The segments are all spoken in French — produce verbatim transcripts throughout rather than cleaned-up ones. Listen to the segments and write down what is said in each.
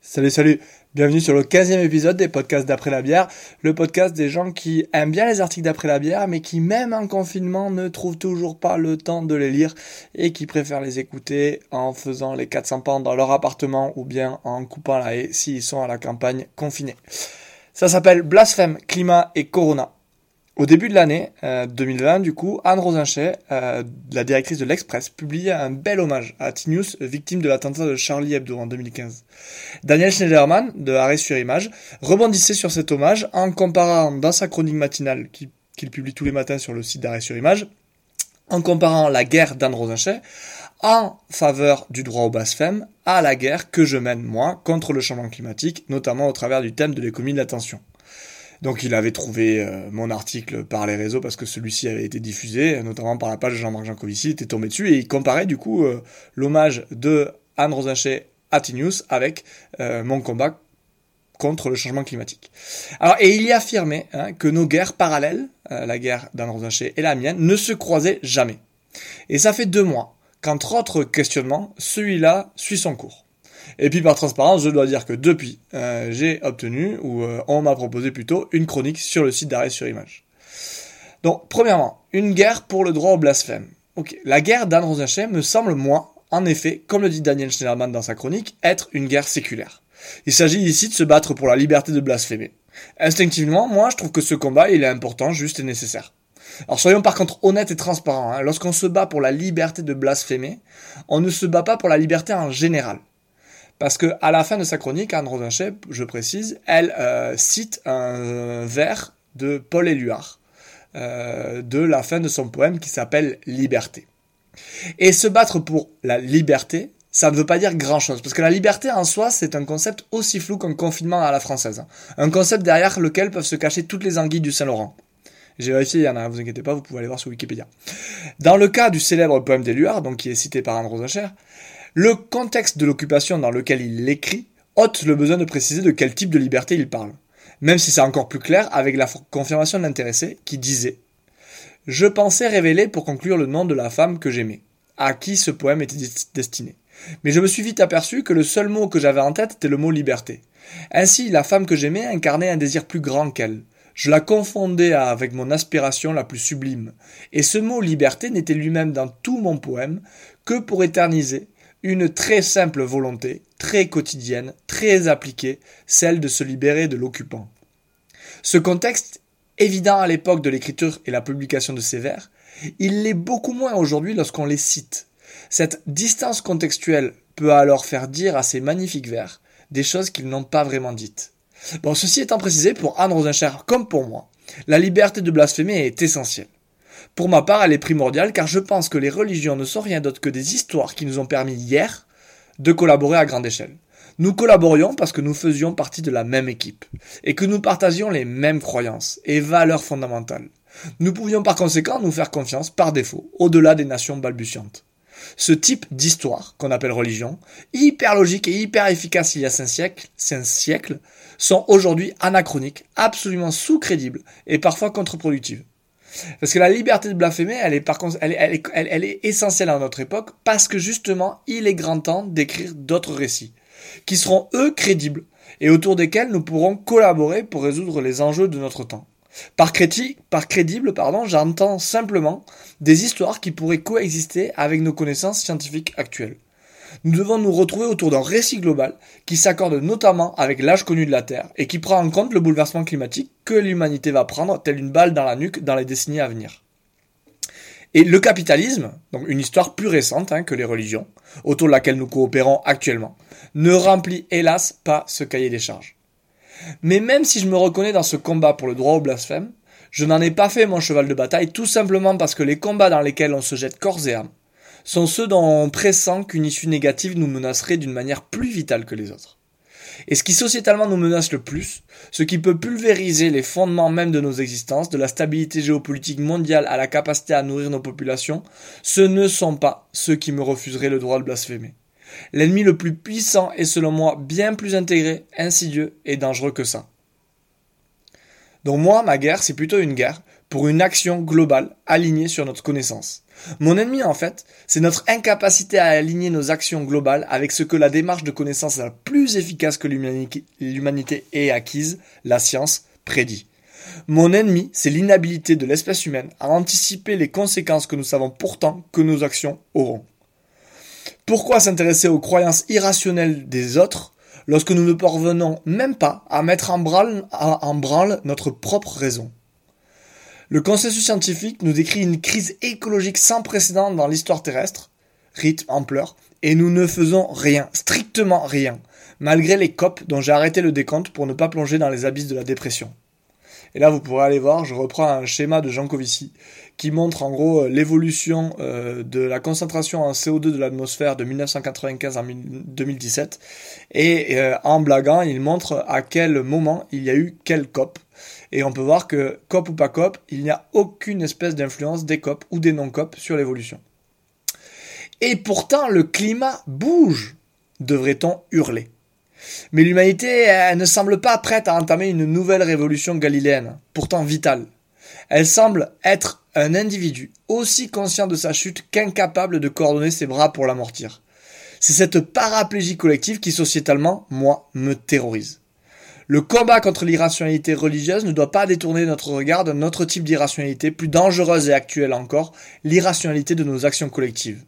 Salut, salut, bienvenue sur le quinzième épisode des podcasts d'après la bière, le podcast des gens qui aiment bien les articles d'après la bière, mais qui même en confinement ne trouvent toujours pas le temps de les lire et qui préfèrent les écouter en faisant les quatre cents pans dans leur appartement ou bien en coupant la haie s'ils sont à la campagne confinés. Ça s'appelle Blasphème, Climat et Corona. Au début de l'année euh, deux mille vingt, du coup, Anne Rosinchet, euh, la directrice de l'Express, publiait un bel hommage à Tinius, victime de l'attentat de Charlie Hebdo en deux mille quinze. Daniel Schneiderman, de Arrêt sur Image, rebondissait sur cet hommage en comparant, dans sa chronique matinale qu'il, qu'il publie tous les matins sur le site d'Arrêt sur Image, en comparant la guerre d'Anne Rosinchet en faveur du droit au blasphème à la guerre que je mène, moi, contre le changement climatique, notamment au travers du thème de l'économie de l'attention. Donc il avait trouvé euh, mon article par les réseaux parce que celui-ci avait été diffusé, notamment par la page de Jean-Marc Jancovici, il était tombé dessus et il comparait du coup euh, l'hommage de Anne Rosinchet à Tinius avec euh, mon combat contre le changement climatique. Alors, et il y affirmait hein, que nos guerres parallèles, euh, la guerre d'Anne Rosinchet et la mienne, ne se croisaient jamais. Et ça fait deux mois qu'entre autres questionnements, celui-là suit son cours. Et puis par transparence, je dois dire que depuis, euh, j'ai obtenu, ou euh, on m'a proposé plutôt, une chronique sur le site d'Arrêt sur Image. Donc, premièrement, une guerre pour le droit au blasphème. Ok, la guerre d'Anne Rosinchet me semble, moi, en effet, comme le dit Daniel Schneiderman dans sa chronique, être une guerre séculaire. Il s'agit ici de se battre pour la liberté de blasphémer. Instinctivement, moi, je trouve que ce combat, il est important, juste et nécessaire. Alors soyons par contre honnêtes et transparents, hein. Lorsqu'on se bat pour la liberté de blasphémer, on ne se bat pas pour la liberté en général. Parce que à la fin de sa chronique, Anne Rosinchet, je précise, elle euh, cite un vers de Paul Éluard, euh, de la fin de son poème qui s'appelle « Liberté ». Et se battre pour la liberté, ça ne veut pas dire grand-chose. Parce que la liberté en soi, c'est un concept aussi flou qu'un confinement à la française. Un concept derrière lequel peuvent se cacher toutes les anguilles du Saint-Laurent. J'ai vérifié, il y en a, vous inquiétez pas, vous pouvez aller voir sur Wikipédia. Dans le cas du célèbre poème d'Éluard, donc qui est cité par Anne Rosinchet, le contexte de l'occupation dans lequel il l'écrit ôte le besoin de préciser de quel type de liberté il parle. Même si c'est encore plus clair avec la confirmation de l'intéressé qui disait « Je pensais révéler pour conclure le nom de la femme que j'aimais, à qui ce poème était destiné. Mais je me suis vite aperçu que le seul mot que j'avais en tête était le mot liberté. Ainsi, la femme que j'aimais incarnait un désir plus grand qu'elle. Je la confondais avec mon aspiration la plus sublime. Et ce mot liberté n'était lui-même dans tout mon poème que pour éterniser une très simple volonté, très quotidienne, très appliquée, celle de se libérer de l'occupant. Ce contexte, évident à l'époque de l'écriture et la publication de ces vers, il l'est beaucoup moins aujourd'hui lorsqu'on les cite. Cette distance contextuelle peut alors faire dire à ces magnifiques vers des choses qu'ils n'ont pas vraiment dites. Bon, ceci étant précisé, pour Anne Rosinchet comme pour moi, la liberté de blasphémer est essentielle. Pour ma part, elle est primordiale car je pense que les religions ne sont rien d'autre que des histoires qui nous ont permis hier de collaborer à grande échelle. Nous collaborions parce que nous faisions partie de la même équipe et que nous partagions les mêmes croyances et valeurs fondamentales. Nous pouvions par conséquent nous faire confiance par défaut, au-delà des nations balbutiantes. Ce type d'histoire, qu'on appelle religion, hyper logique et hyper efficace il y a cinq siècles, cinq siècles, sont aujourd'hui anachroniques, absolument sous-crédibles et parfois contre-productives. Parce que la liberté de blasphémer, elle est par contre, elle est, elle est, elle, elle est essentielle à notre époque parce que justement, il est grand temps d'écrire d'autres récits qui seront eux crédibles et autour desquels nous pourrons collaborer pour résoudre les enjeux de notre temps. Par, créti, par crédible, pardon, j'entends simplement des histoires qui pourraient coexister avec nos connaissances scientifiques actuelles. Nous devons nous retrouver autour d'un récit global qui s'accorde notamment avec l'âge connu de la Terre et qui prend en compte le bouleversement climatique que l'humanité va prendre telle une balle dans la nuque dans les décennies à venir. Et le capitalisme, donc une histoire plus récente hein, que les religions, autour de laquelle nous coopérons actuellement, ne remplit hélas pas ce cahier des charges. Mais même si je me reconnais dans ce combat pour le droit au blasphème, je n'en ai pas fait mon cheval de bataille tout simplement parce que les combats dans lesquels on se jette corps et âme sont ceux dont on pressent qu'une issue négative nous menacerait d'une manière plus vitale que les autres. Et ce qui sociétalement nous menace le plus, ce qui peut pulvériser les fondements même de nos existences, de la stabilité géopolitique mondiale à la capacité à nourrir nos populations, ce ne sont pas ceux qui me refuseraient le droit de blasphémer. L'ennemi le plus puissant est selon moi bien plus intégré, insidieux et dangereux que ça. Donc moi, ma guerre, c'est plutôt une guerre pour une action globale alignée sur notre connaissance. Mon ennemi, en fait, c'est notre incapacité à aligner nos actions globales avec ce que la démarche de connaissance la plus efficace que l'humanité ait acquise, la science, prédit. Mon ennemi, c'est l'inhabilité de l'espèce humaine à anticiper les conséquences que nous savons pourtant que nos actions auront. Pourquoi s'intéresser aux croyances irrationnelles des autres lorsque nous ne parvenons même pas à mettre en branle, en branle notre propre raison ? Le consensus scientifique nous décrit une crise écologique sans précédent dans l'histoire terrestre, rythme, ampleur, et nous ne faisons rien, strictement rien, malgré les C O P dont j'ai arrêté le décompte pour ne pas plonger dans les abysses de la dépression. Et là, vous pourrez aller voir, je reprends un schéma de Jean Covici qui montre en gros l'évolution euh, de la concentration en C O deux de l'atmosphère de dix-neuf cent quatre-vingt-quinze à deux mille dix-sept. Et euh, en blaguant, il montre à quel moment il y a eu quel C O P. Et on peut voir que C O P ou pas C O P, il n'y a aucune espèce d'influence des C O P ou des non-C O P sur l'évolution. Et pourtant, le climat bouge, devrait-on hurler. Mais l'humanité elle ne semble pas prête à entamer une nouvelle révolution galiléenne, pourtant vitale. Elle semble être un individu aussi conscient de sa chute qu'incapable de coordonner ses bras pour l'amortir. C'est cette paraplégie collective qui, sociétalement, moi, me terrorise. Le combat contre l'irrationalité religieuse ne doit pas détourner notre regard d'un autre type d'irrationalité plus dangereuse et actuelle encore, l'irrationalité de nos actions collectives.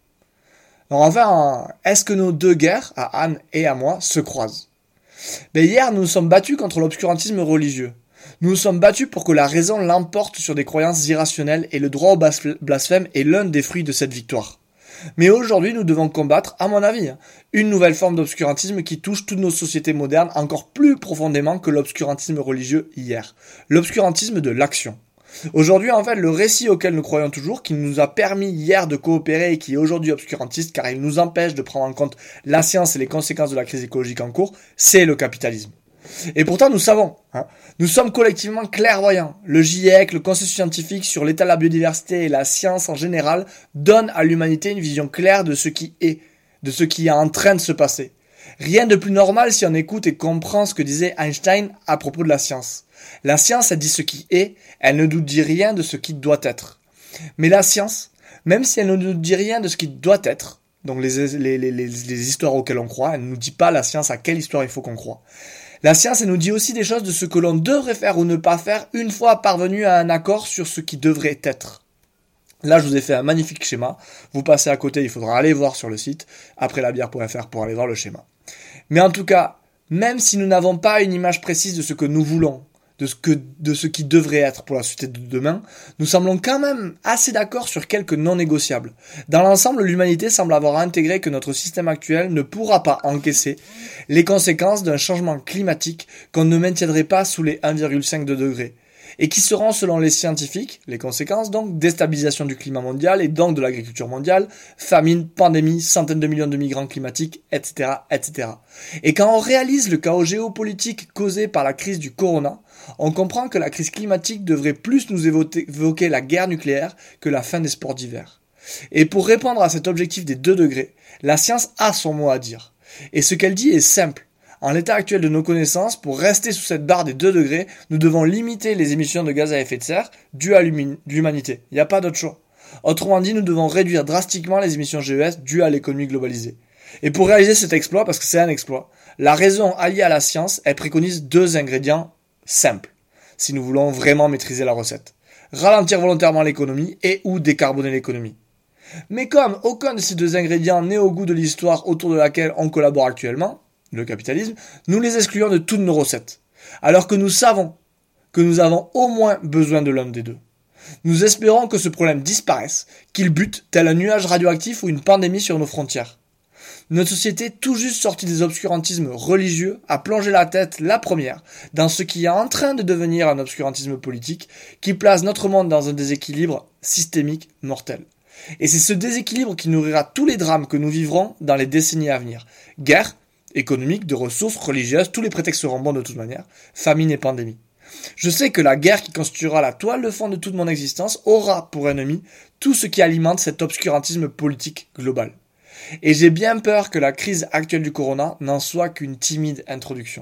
Alors enfin, est-ce que nos deux guerres, à Anne et à moi, se croisent ? Ben hier, nous nous sommes battus contre l'obscurantisme religieux. Nous nous sommes battus pour que la raison l'emporte sur des croyances irrationnelles et le droit au blasphème est l'un des fruits de cette victoire. Mais aujourd'hui, nous devons combattre, à mon avis, une nouvelle forme d'obscurantisme qui touche toutes nos sociétés modernes encore plus profondément que l'obscurantisme religieux hier. L'obscurantisme de l'action. Aujourd'hui, en fait, le récit auquel nous croyons toujours, qui nous a permis hier de coopérer et qui est aujourd'hui obscurantiste car il nous empêche de prendre en compte la science et les conséquences de la crise écologique en cours, c'est le capitalisme. Et pourtant, nous savons, hein, nous sommes collectivement clairvoyants. Le GIEC, le consensus scientifique sur l'état de la biodiversité et la science en général donnent à l'humanité une vision claire de ce qui est, de ce qui est en train de se passer. Rien de plus normal si on écoute et comprend ce que disait Einstein à propos de la science. La science, elle dit ce qui est, elle ne nous dit rien de ce qui doit être. Mais la science, même si elle ne nous dit rien de ce qui doit être, donc les, les, les, les, les histoires auxquelles on croit, elle ne nous dit pas la science à quelle histoire il faut qu'on croit. La science, elle nous dit aussi des choses de ce que l'on devrait faire ou ne pas faire une fois parvenu à un accord sur ce qui devrait être. Là, je vous ai fait un magnifique schéma. Vous passez à côté, il faudra aller voir sur le site après la bière point F R pour aller voir le schéma. Mais en tout cas, même si nous n'avons pas une image précise de ce que nous voulons, de ce, que, de ce qui devrait être pour la société de demain, nous semblons quand même assez d'accord sur quelques non négociables. Dans l'ensemble, l'humanité semble avoir intégré que notre système actuel ne pourra pas encaisser les conséquences d'un changement climatique qu'on ne maintiendrait pas sous les un virgule cinq degrés, et qui seront, selon les scientifiques, les conséquences donc, déstabilisation du climat mondial et donc de l'agriculture mondiale, famine, pandémie, centaines de millions de migrants climatiques, et cetera, et cetera. Et quand on réalise le chaos géopolitique causé par la crise du corona, on comprend que la crise climatique devrait plus nous évoquer la guerre nucléaire que la fin des sports d'hiver. Et pour répondre à cet objectif des deux degrés, la science a son mot à dire. Et ce qu'elle dit est simple. En l'état actuel de nos connaissances, pour rester sous cette barre des deux degrés, nous devons limiter les émissions de gaz à effet de serre dues à l'humanité. Il n'y a pas d'autre choix. Autrement dit, nous devons réduire drastiquement les émissions G E S dues à l'économie globalisée. Et pour réaliser cet exploit, parce que c'est un exploit, la raison alliée à la science, elle préconise deux ingrédients simples, si nous voulons vraiment maîtriser la recette. Ralentir volontairement l'économie et ou décarboner l'économie. Mais comme aucun de ces deux ingrédients n'est au goût de l'histoire autour de laquelle on collabore actuellement, le capitalisme, nous les excluons de toutes nos recettes. Alors que nous savons que nous avons au moins besoin de l'un des deux. Nous espérons que ce problème disparaisse, qu'il bute tel un nuage radioactif ou une pandémie sur nos frontières. Notre société, tout juste sortie des obscurantismes religieux, a plongé la tête, la première, dans ce qui est en train de devenir un obscurantisme politique qui place notre monde dans un déséquilibre systémique mortel. Et c'est ce déséquilibre qui nourrira tous les drames que nous vivrons dans les décennies à venir. Guerre, économique, de ressources, religieuses, tous les prétextes seront bons de toute manière, famine et pandémie. Je sais que la guerre qui constituera la toile de fond de toute mon existence aura pour ennemi tout ce qui alimente cet obscurantisme politique global. Et j'ai bien peur que la crise actuelle du corona n'en soit qu'une timide introduction.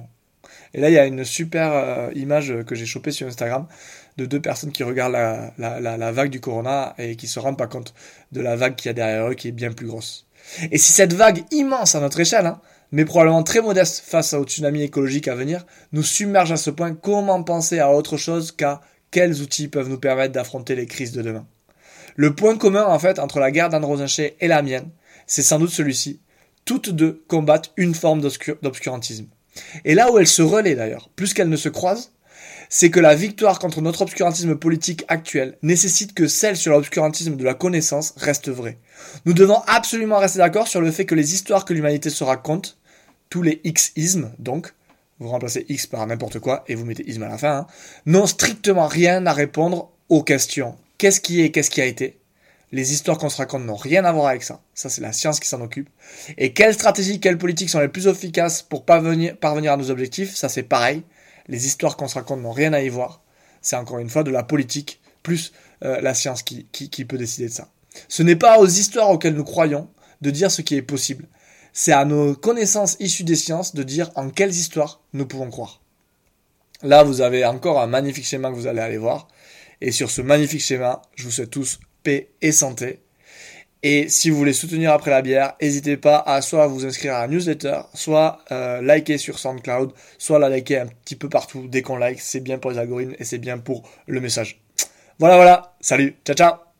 Et là, il y a une super euh, image que j'ai chopée sur Instagram de deux personnes qui regardent la, la, la, la vague du corona et qui se rendent pas compte de la vague qu'il y a derrière eux qui est bien plus grosse. Et si cette vague immense à notre échelle, hein, mais probablement très modeste face au tsunami écologique à venir, nous submerge à ce point, comment penser à autre chose qu'à quels outils peuvent nous permettre d'affronter les crises de demain? Le point commun, en fait, entre la guerre d'André et la mienne, c'est sans doute celui-ci. Toutes deux combattent une forme d'obscurantisme. Et là où elles se relaient d'ailleurs, plus qu'elles ne se croisent, c'est que la victoire contre notre obscurantisme politique actuel nécessite que celle sur l'obscurantisme de la connaissance reste vraie. Nous devons absolument rester d'accord sur le fait que les histoires que l'humanité se raconte, tous les X-ismes, donc, vous remplacez X par n'importe quoi et vous mettez isme à la fin, hein, n'ont strictement rien à répondre aux questions. Qu'est-ce qui est, qu'est-ce qui a été? Les histoires qu'on se raconte n'ont rien à voir avec ça. Ça, c'est la science qui s'en occupe. Et quelles stratégies, quelles politiques sont les plus efficaces pour parvenir, parvenir à nos objectifs? Ça, c'est pareil. Les histoires qu'on se raconte n'ont rien à y voir. C'est encore une fois de la politique, plus euh, la science qui, qui, qui peut décider de ça. Ce n'est pas aux histoires auxquelles nous croyons de dire ce qui est possible. C'est à nos connaissances issues des sciences de dire en quelles histoires nous pouvons croire. Là, vous avez encore un magnifique schéma que vous allez aller voir. Et sur ce magnifique schéma, je vous souhaite tous paix et santé. Et si vous voulez soutenir Après la bière, n'hésitez pas à soit vous inscrire à la newsletter, soit euh, liker sur SoundCloud, soit la liker un petit peu partout. Dès qu'on like, c'est bien pour les algorithmes et c'est bien pour le message. Voilà, voilà. Salut. Ciao, ciao.